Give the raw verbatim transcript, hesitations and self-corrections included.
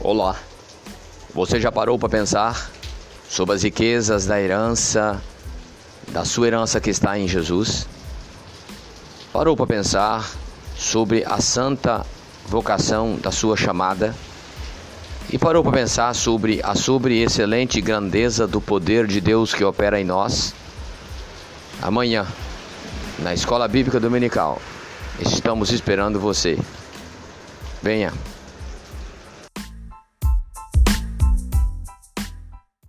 Olá, você já parou para pensar sobre as riquezas da herança, da sua herança que está em Jesus? Parou para pensar sobre a santa vocação da sua chamada? E parou para pensar sobre a sobre excelente grandeza do poder de Deus que opera em nós? Amanhã, na Escola Bíblica Dominical, estamos esperando você. Venha!